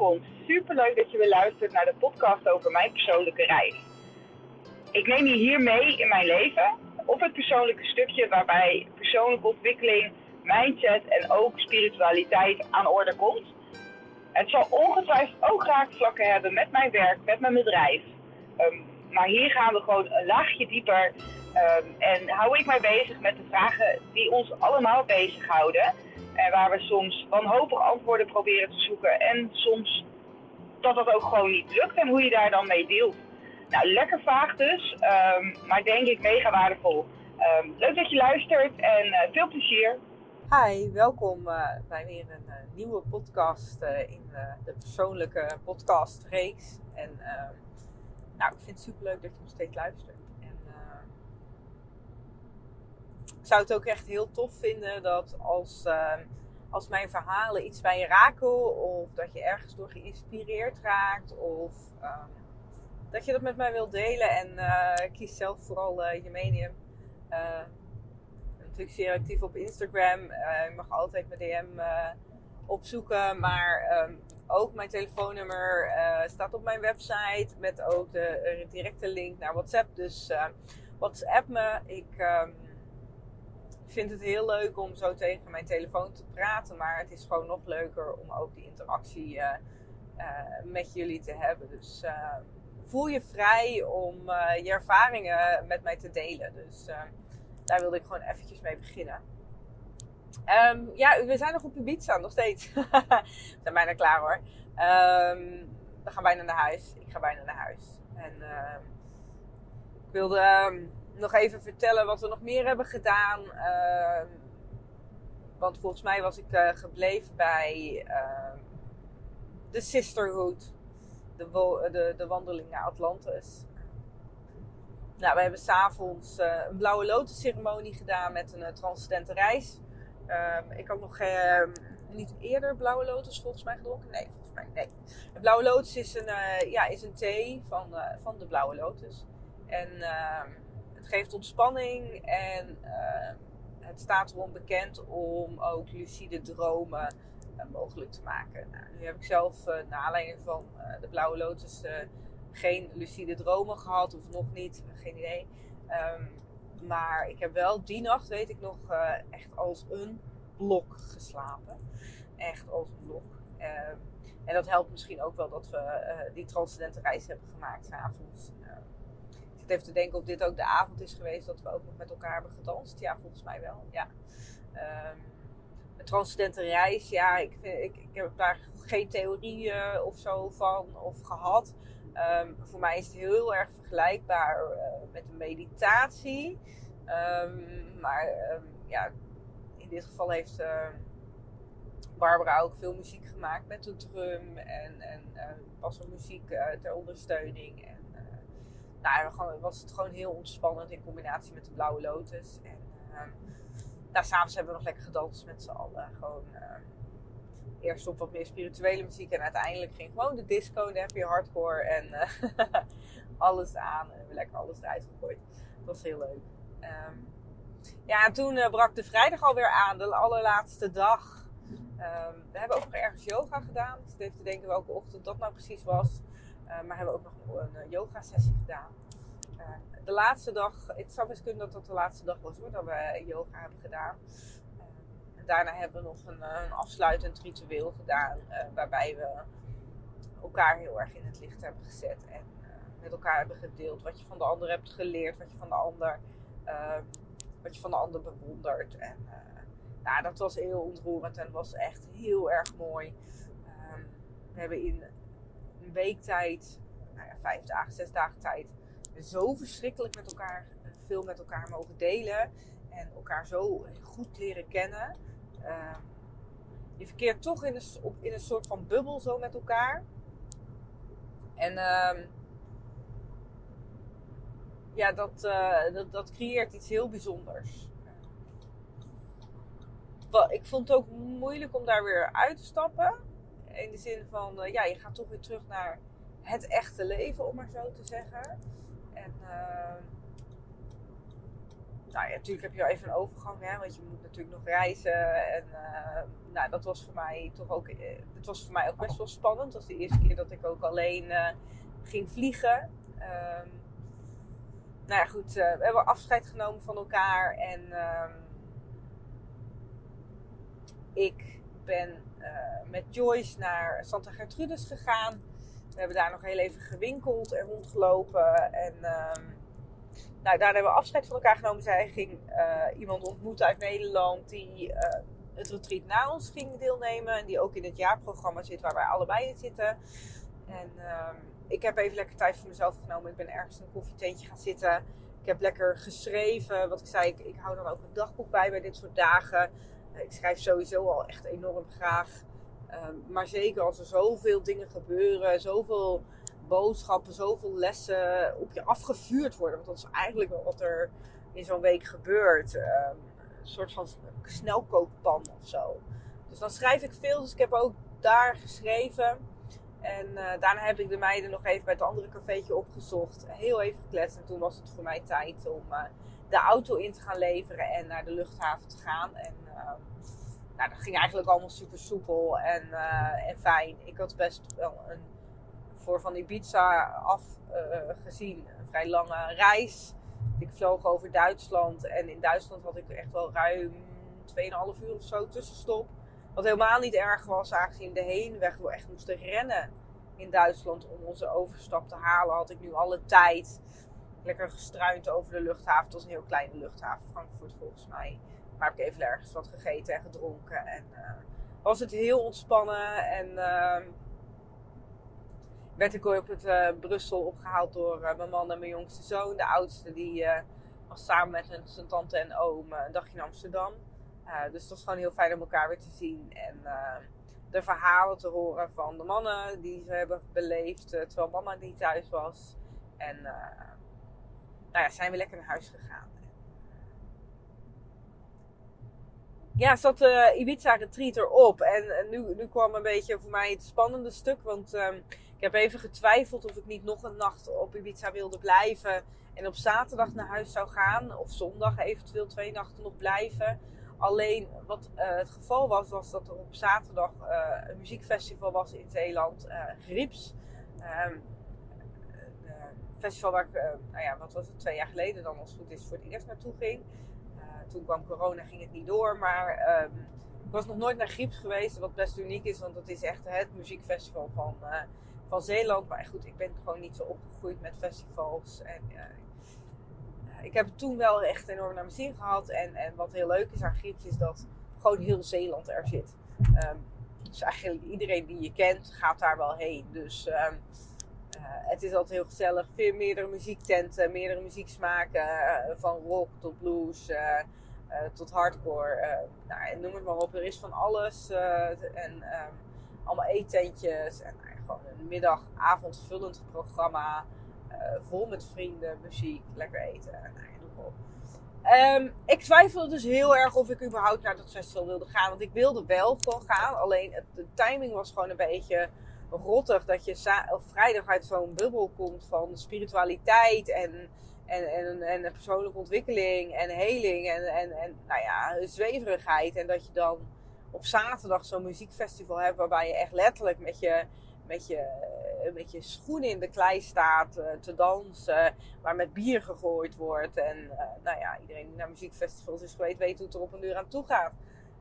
komt. Superleuk dat je weer luistert naar de podcast over mijn persoonlijke reis. Ik neem je hier mee in mijn leven, op het persoonlijke stukje waarbij persoonlijke ontwikkeling, mindset en ook spiritualiteit aan orde komt. Het zal ongetwijfeld ook raakvlakken hebben met mijn werk, met mijn bedrijf. Maar hier gaan we gewoon een laagje dieper en hou ik mij bezig met de vragen die ons allemaal bezighouden. En waar we soms wanhopig antwoorden proberen te zoeken en soms dat ook gewoon niet lukt en hoe je daar dan mee deelt. Nou, lekker vaag dus, maar denk ik mega waardevol. Leuk dat je luistert en veel plezier. Hi, welkom bij weer een nieuwe podcast in de persoonlijke podcastreeks. En ik vind het superleuk dat je nog steeds luistert. En ik zou het ook echt heel tof vinden dat als mijn verhalen iets bij je raken, of dat je ergens door geïnspireerd raakt, of dat je dat met mij wilt delen. En kies zelf vooral je medium. Natuurlijk zeer actief op Instagram. Je mag altijd mijn DM opzoeken. Maar ook mijn telefoonnummer staat op mijn website. Met ook de directe link naar WhatsApp. Dus WhatsApp me. Ik vind het heel leuk om zo tegen mijn telefoon te praten. Maar het is gewoon nog leuker om ook die interactie met jullie te hebben. Dus voel je vrij om je ervaringen met mij te delen. Dus daar wilde ik gewoon eventjes mee beginnen. We zijn nog op Ibiza, nog steeds. We zijn bijna klaar hoor. We gaan bijna naar huis. Ik ga bijna naar huis. En ik wilde nog even vertellen wat we nog meer hebben gedaan. Want volgens mij was ik gebleven bij de Sisterhood. De wandeling naar Atlantis. Nou, we hebben 's avonds een blauwe lotus ceremonie gedaan met een transcendente reis. Ik had nog niet eerder blauwe lotus volgens mij gedronken. Nee, volgens mij nee. De blauwe lotus is een thee van de blauwe lotus. En het geeft ontspanning en het staat erom bekend om ook lucide dromen mogelijk te maken. Nou, nu heb ik zelf naar aanleiding van de blauwe lotus geen lucide dromen gehad, of nog niet, geen idee. Maar ik heb wel die nacht, weet ik nog, echt als een blok geslapen. Echt als een blok. En dat helpt misschien ook wel dat we die transcendente reis hebben gemaakt 's avonds. Ik zit even te denken of dit ook de avond is geweest dat we ook nog met elkaar hebben gedanst. Ja, volgens mij wel. Ja. De transcendente reis, ja, ik heb daar geen theorie of zo van of gehad. Voor mij is het heel erg vergelijkbaar met een meditatie. In dit geval heeft Barbara ook veel muziek gemaakt met de drum en was er muziek ter ondersteuning. En was het gewoon heel ontspannend in combinatie met de blauwe lotus. En s'avonds hebben we nog lekker gedanst met z'n allen. Gewoon eerst op wat meer spirituele muziek en uiteindelijk ging gewoon de disco, de happy hardcore en alles aan. En we hebben lekker alles eruit gegooid. Dat was heel leuk. En toen brak de vrijdag alweer aan, de allerlaatste dag. We hebben ook nog ergens yoga gedaan. Ik zit even te denken welke ochtend dat nou precies was. Maar hebben ook nog een yoga sessie gedaan. De laatste dag, het zou best kunnen dat dat de laatste dag was hoor, dat we yoga hebben gedaan. Daarna hebben we nog een afsluitend ritueel gedaan. Waarbij we elkaar heel erg in het licht hebben gezet. En met elkaar hebben gedeeld wat je van de ander hebt geleerd. Wat je van de ander bewondert. En dat was heel ontroerend. En was echt heel erg mooi. We hebben in een week tijd, 5 dagen, 6 dagen tijd, zo verschrikkelijk veel met elkaar mogen delen. En elkaar zo goed leren kennen. Je verkeert toch in een soort van bubbel zo met elkaar. En dat creëert iets heel bijzonders. Ik vond het ook moeilijk om daar weer uit te stappen. In de zin van, je gaat toch weer terug naar het echte leven, om maar zo te zeggen. En natuurlijk heb je wel even een overgang, hè, want je moet natuurlijk nog reizen. En nou, dat was voor mij toch ook, het was voor mij ook best wel spannend. Dat was de eerste keer dat ik ook alleen ging vliegen. Nou ja, goed, we hebben afscheid genomen van elkaar. En ik ben met Joyce naar Santa Gertrudis gegaan. We hebben daar nog heel even gewinkeld en rondgelopen. En nou, daar hebben we afscheid van elkaar genomen. Zij ging iemand ontmoeten uit Nederland die het retreat na ons ging deelnemen. En die ook in het jaarprogramma zit waar wij allebei in zitten. En ik heb even lekker tijd voor mezelf genomen. Ik ben ergens in een koffietentje gaan zitten. Ik heb lekker geschreven. Wat ik zei, ik hou dan ook een dagboek bij dit soort dagen. Ik schrijf sowieso al echt enorm graag. Maar zeker als er zoveel dingen gebeuren. Zoveel boodschappen, zoveel lessen op je afgevuurd worden. Want dat is eigenlijk wel wat er in zo'n week gebeurt. Een soort van snelkookpan of zo. Dus dan schrijf ik veel. Dus ik heb ook daar geschreven. En daarna heb ik de meiden nog even bij het andere cafeetje opgezocht. Heel even gekletst. En toen was het voor mij tijd om de auto in te gaan leveren en naar de luchthaven te gaan. En nou, dat ging eigenlijk allemaal super soepel en fijn. Ik had best wel voor van Ibiza gezien een vrij lange reis. Ik vloog over Duitsland. En in Duitsland had ik echt wel ruim 2,5 uur of zo tussenstop. Wat helemaal niet erg was, aangezien de heenweg we echt moesten rennen in Duitsland om onze overstap te halen. Had ik nu alle tijd lekker gestruind over de luchthaven. Het was een heel kleine luchthaven, Frankfurt volgens mij. Maar heb ik even ergens wat gegeten en gedronken. En was het heel ontspannen. En werd ik op het Brussel opgehaald door mijn man en mijn jongste zoon. De oudste die was samen met zijn tante en oom een dagje in Amsterdam. Dus het was gewoon heel fijn om elkaar weer te zien. En de verhalen te horen van de mannen die ze hebben beleefd. Terwijl mama niet thuis was. En nou ja, zijn we lekker naar huis gegaan. Ja, zat de Ibiza retreat erop. En nu kwam een beetje voor mij het spannende stuk. Want ik heb even getwijfeld of ik niet nog een nacht op Ibiza wilde blijven. En op zaterdag naar huis zou gaan. Of zondag eventueel 2 nachten nog blijven. Alleen wat het geval was dat er op zaterdag een muziekfestival was in Zeeland. Grips. Festival waar ik, nou ja, wat was het, 2 jaar geleden dan als het goed is voor het eerst naartoe ging. Toen kwam corona, ging het niet door. Maar ik was nog nooit naar Grips geweest. Wat best uniek is, want het is echt het muziekfestival van Zeeland. Maar goed, ik ben gewoon niet zo opgegroeid met festivals. En ik heb het toen wel echt enorm naar mijn zin gehad. En wat heel leuk is aan Grips is dat gewoon heel Zeeland er zit. Dus eigenlijk iedereen die je kent gaat daar wel heen. Dus het is altijd heel gezellig. Meerdere muziektenten, meerdere muzieksmaken. Van rock tot blues tot hardcore. Nou, noem het maar op. Er is van alles. En allemaal eetentjes. En gewoon een middag-avondvullend programma. Vol met vrienden, muziek, lekker eten. En noem maar op. Ik twijfelde dus heel erg of ik überhaupt naar dat festival wilde gaan. Want ik wilde wel gewoon gaan. Alleen de timing was gewoon een beetje rottig. Dat je vrijdag uit zo'n bubbel komt van spiritualiteit en persoonlijke ontwikkeling en heling en nou ja, zweverigheid. En dat je dan op zaterdag zo'n muziekfestival hebt waarbij je echt letterlijk met je schoenen in de klei staat te dansen, waar met bier gegooid wordt. En nou ja, iedereen die naar muziekfestivals is geweest weet hoe het er op een uur aan toe gaat.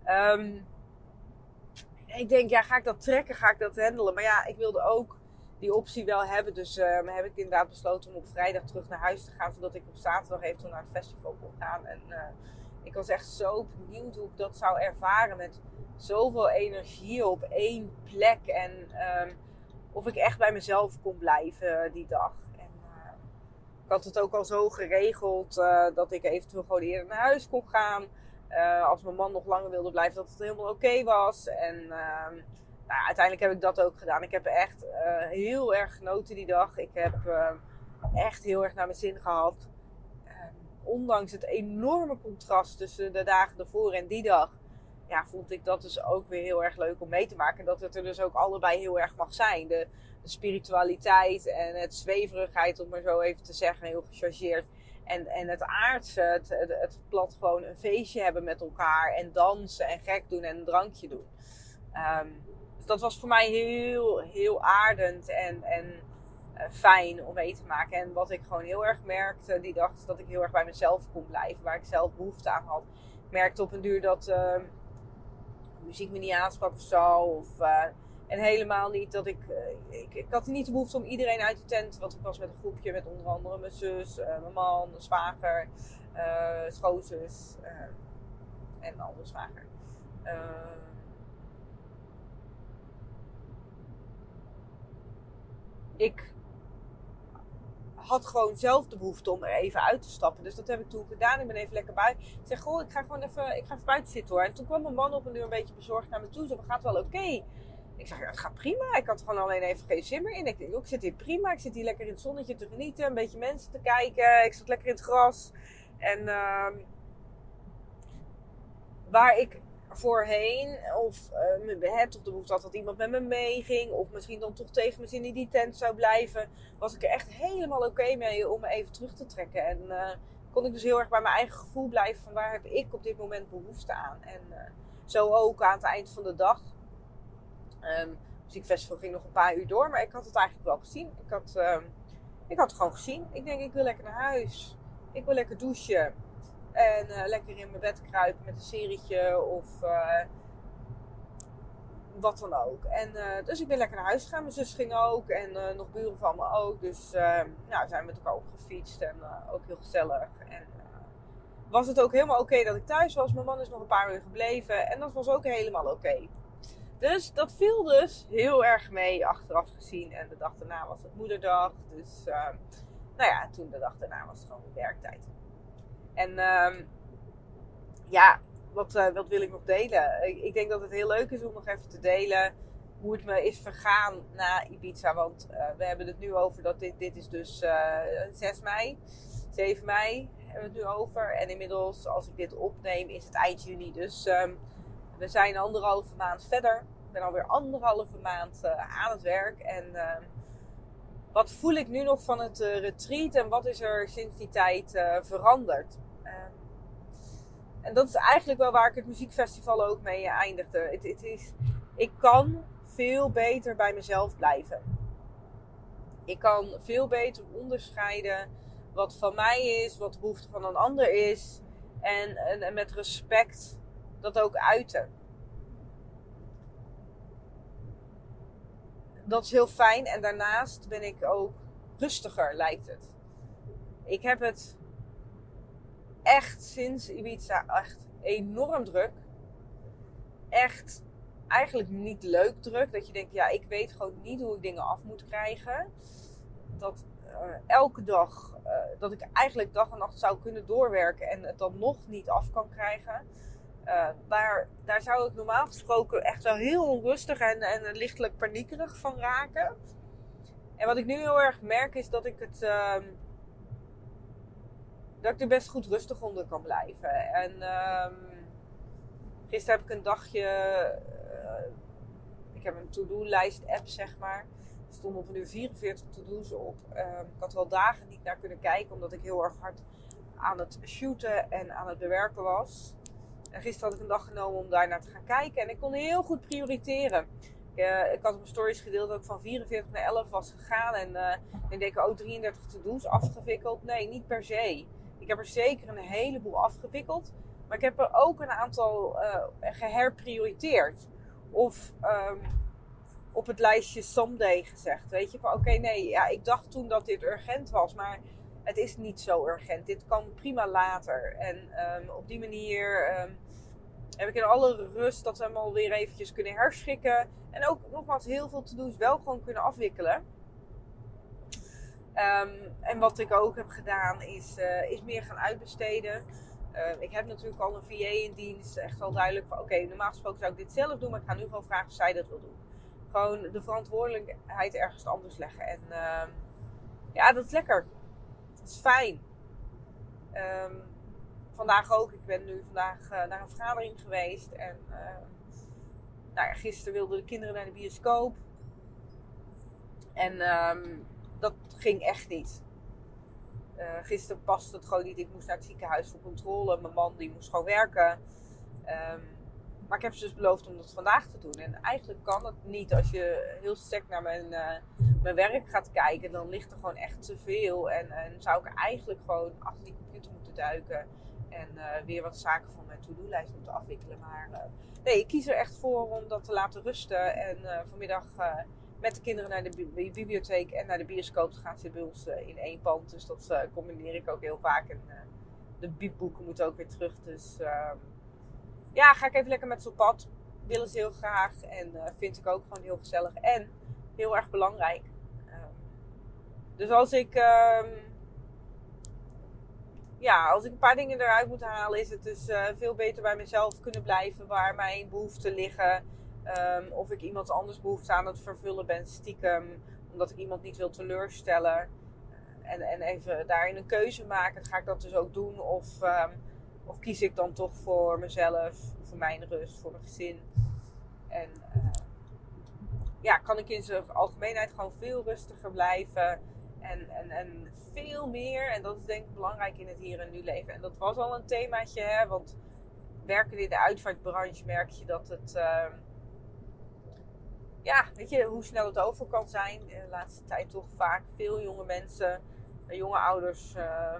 Ik denk, ja, ga ik dat trekken? Ga ik dat handelen? Maar ja, ik wilde ook die optie wel hebben. Dus heb ik inderdaad besloten om op vrijdag terug naar huis te gaan, zodat ik op zaterdag eventueel naar het festival kon gaan. En ik was echt zo benieuwd hoe ik dat zou ervaren met zoveel energie op één plek. En of ik echt bij mezelf kon blijven die dag. En ik had het ook al zo geregeld dat ik eventueel gewoon eerder naar huis kon gaan. Als mijn man nog langer wilde blijven, dat het helemaal oké was. En nou, uiteindelijk heb ik dat ook gedaan. Ik heb echt heel erg genoten die dag. Ik heb echt heel erg naar mijn zin gehad. Ondanks het enorme contrast tussen de dagen ervoor en die dag, ja, vond ik dat dus ook weer heel erg leuk om mee te maken. Dat het er dus ook allebei heel erg mag zijn. De spiritualiteit en het zweverigheid, om maar zo even te zeggen, heel gechargeerd. En het aardse, het plat gewoon een feestje hebben met elkaar. En dansen en gek doen en een drankje doen. Dus dat was voor mij heel, heel aardend en fijn om mee te maken. En wat ik gewoon heel erg merkte die dag, is dat ik heel erg bij mezelf kon blijven. Waar ik zelf behoefte aan had. Ik merkte op een duur dat muziek me niet aansprak of zo. En helemaal niet dat ik had niet de behoefte om iedereen uit de tent. Want ik was met een groepje met onder andere mijn zus, mijn man, mijn zwager, schoonzus en een andere zwager. Ik had gewoon zelf de behoefte om er even uit te stappen. Dus dat heb ik toen gedaan. Ik ben even lekker buiten. Ik zeg, goh, ik ga even buiten zitten hoor. En toen kwam mijn man op een uur een beetje bezorgd naar me toe. Zei, gaat wel oké? Ik zeg, ja, het gaat prima. Ik had er gewoon alleen even geen zin meer in. Ik denk, ik zit hier prima. Ik zit hier lekker in het zonnetje te genieten. Een beetje mensen te kijken. Ik zat lekker in het gras. En waar ik voorheen of toch de behoefte had dat iemand met me meeging. Of misschien dan toch tegen mijn zin in die tent zou blijven. Was ik er echt helemaal oké mee om me even terug te trekken. En kon ik dus heel erg bij mijn eigen gevoel blijven. Van waar heb ik op dit moment behoefte aan. En zo ook aan het eind van de dag. Muziekfestival ging nog een paar uur door. Maar ik had het eigenlijk wel gezien. Ik had het gewoon gezien. Ik denk, ik wil lekker naar huis. Ik wil lekker douchen. En lekker in mijn bed kruipen met een serietje of wat dan ook. En dus ik ben lekker naar huis gegaan. Mijn zus ging ook en nog buren van me ook. Dus zijn we met elkaar opgefietst en ook heel gezellig. En was het ook helemaal oké dat ik thuis was. Mijn man is nog een paar uur gebleven en dat was ook helemaal oké. Dus dat viel dus heel erg mee achteraf gezien. En de dag daarna was het moederdag. Dus toen de dag daarna was het gewoon werktijd. En wat wil ik nog delen? Ik denk dat het heel leuk is om nog even te delen hoe het me is vergaan na Ibiza. Want we hebben het nu over dat dit is dus 6 mei, 7 mei hebben we het nu over. En inmiddels, als ik dit opneem, is het eind juni. Dus we zijn 1,5 maand verder. Ik ben alweer 1,5 maand aan het werk. En wat voel ik nu nog van het retreat en wat is er sinds die tijd veranderd? En dat is eigenlijk wel waar ik het muziekfestival ook mee eindigde. Ik kan veel beter bij mezelf blijven. Ik kan veel beter onderscheiden wat van mij is, wat de behoefte van een ander is. En met respect dat ook uiten. Dat is heel fijn. En daarnaast ben ik ook rustiger, lijkt het. Ik heb het echt sinds Ibiza echt enorm druk. Echt eigenlijk niet leuk druk. Dat je denkt, ja, ik weet gewoon niet hoe ik dingen af moet krijgen. Dat elke dag, dat ik eigenlijk dag en nacht zou kunnen doorwerken en het dan nog niet af kan krijgen. Daar zou ik normaal gesproken echt wel heel onrustig en lichtelijk paniekerig van raken. En wat ik nu heel erg merk is dat ik het... dat ik er best goed rustig onder kan blijven. En gisteren heb ik een dagje... ik heb een to-do-lijst app, zeg maar. Er stonden op een uur 44 to-do's op. Ik had wel dagen niet naar kunnen kijken, omdat ik heel erg hard aan het shooten en aan het bewerken was. En gisteren had ik een dag genomen om daar naar te gaan kijken. En ik kon heel goed prioriteren. Ik had op mijn stories gedeeld dat ik van 44 naar 11 was gegaan. En ik denk, 33 to-do's afgewikkeld. Nee, niet per se. Ik heb er zeker een heleboel afgewikkeld. Maar ik heb er ook een aantal geherprioriteerd. Of op het lijstje someday gezegd. Weet je, van oké, nee, ja, ik dacht toen dat dit urgent was. Maar het is niet zo urgent. Dit kan prima later. En op die manier heb ik in alle rust dat we hem alweer eventjes kunnen herschikken. En ook nogmaals heel veel to-do's wel gewoon kunnen afwikkelen. En wat ik ook heb gedaan is meer gaan uitbesteden. Ik heb natuurlijk al een VA in dienst. Echt al duidelijk van oké, normaal gesproken zou ik dit zelf doen. Maar ik ga nu gewoon vragen of zij dat wil doen. Gewoon de verantwoordelijkheid ergens anders leggen. En ja, dat is lekker. Dat is fijn. Vandaag ook. Ik ben nu vandaag naar een vergadering geweest. En gisteren wilden de kinderen naar de bioscoop. En dat ging echt niet. Gisteren paste het gewoon niet. Ik moest naar het ziekenhuis voor controle. Mijn man die moest gewoon werken. Maar ik heb ze dus beloofd om dat vandaag te doen. En eigenlijk kan het niet. Als je heel sterk naar mijn werk gaat kijken, dan ligt er gewoon echt te veel. En zou ik eigenlijk gewoon achter die computer moeten duiken. En weer wat zaken van mijn to-do-lijst moeten afwikkelen. Maar nee, ik kies er echt voor om dat te laten rusten. En vanmiddag met de kinderen naar de bibliotheek en naar de bioscoop te gaan. Zit bij ons in één pand. Dus dat combineer ik ook heel vaak. En de biepboeken moeten ook weer terug. Dus ja, ga ik even lekker met ze op pad. Willen ze heel graag. En vind ik ook gewoon heel gezellig. En heel erg belangrijk. Dus als ik een paar dingen eruit moet halen, is het dus veel beter bij mezelf kunnen blijven waar mijn behoeften liggen. Of ik iemand anders behoefte aan het vervullen ben stiekem, omdat ik iemand niet wil teleurstellen. En even daarin een keuze maken, ga ik dat dus ook doen. Of kies ik dan toch voor mezelf, voor mijn rust, voor mijn gezin. En kan ik in zijn algemeenheid gewoon veel rustiger blijven. En veel meer, en dat is denk ik belangrijk in het hier en nu leven. En dat was al een themaatje, hè, want werken in de uitvaartbranche merk je dat het... weet je hoe snel het over kan zijn. De laatste tijd toch vaak veel jonge mensen, jonge ouders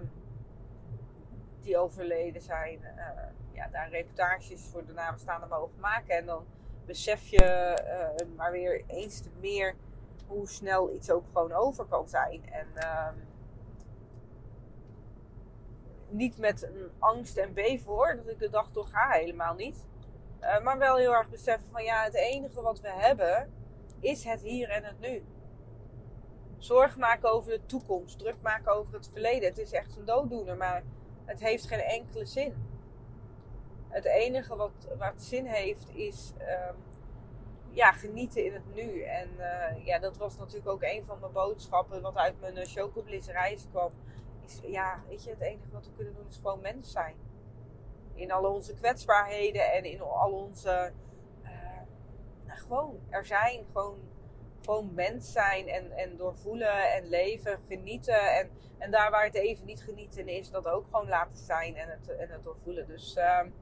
die overleden zijn. Daar reportages voor de nabestaanden mogen maken. En dan besef je maar weer eens te meer hoe snel iets ook gewoon over kan zijn. En niet met een angst en beven hoor, dat ik de dag door ga, helemaal niet. Maar wel heel erg beseffen van het enige wat we hebben is het hier en het nu. Zorg maken over de toekomst, druk maken over het verleden. Het is echt een dooddoener, maar het heeft geen enkele zin. Het enige wat zin heeft is genieten in het nu. En dat was natuurlijk ook een van mijn boodschappen wat uit mijn Chocobliss reis kwam. Is, weet je, het enige wat we kunnen doen is gewoon mens zijn. In al onze kwetsbaarheden en in al onze gewoon er zijn. Gewoon mens zijn en doorvoelen en leven, genieten. En daar waar het even niet genieten is, dat ook gewoon laten zijn en het doorvoelen. Dus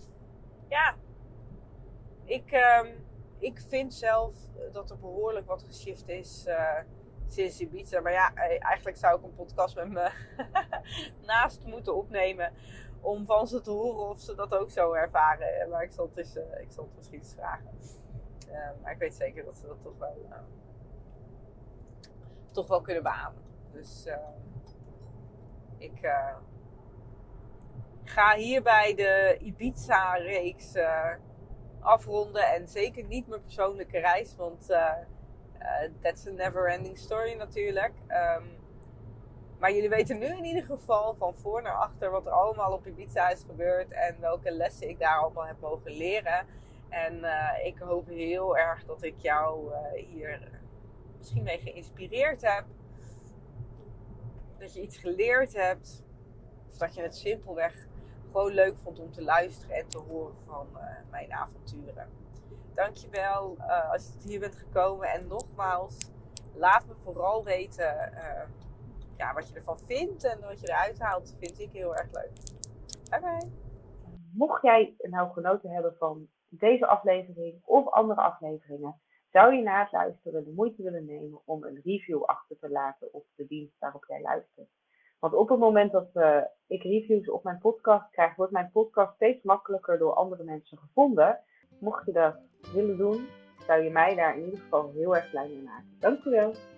ik vind zelf dat er behoorlijk wat geshift is sinds Ibiza. Maar eigenlijk zou ik een podcast met me naast moeten opnemen. Om van ze te horen of ze dat ook zo ervaren. Maar ik zal het misschien eens vragen. Maar ik weet zeker dat ze dat toch wel kunnen beamen. Dus ik ga hierbij de Ibiza-reeks afronden. En zeker niet mijn persoonlijke reis. Want that's a never-ending story natuurlijk. Maar jullie weten nu in ieder geval van voor naar achter wat er allemaal op Ibiza is gebeurd. En welke lessen ik daar allemaal heb mogen leren. En ik hoop heel erg dat ik jou hier misschien mee geïnspireerd heb. Dat je iets geleerd hebt. Of dat je het simpelweg gewoon leuk vond om te luisteren en te horen van mijn avonturen. Dankjewel als je tot hier bent gekomen. En nogmaals, laat me vooral weten wat je ervan vindt en wat je eruit haalt. Vind ik heel erg leuk. Bye bye. Mocht jij nou genoten hebben van deze aflevering of andere afleveringen, zou je na het luisteren de moeite willen nemen om een review achter te laten op de dienst waarop jij luistert. Want op het moment dat ik reviews op mijn podcast krijg, wordt mijn podcast steeds makkelijker door andere mensen gevonden. Mocht je dat willen doen, zou je mij daar in ieder geval heel erg blij mee maken. Dankjewel.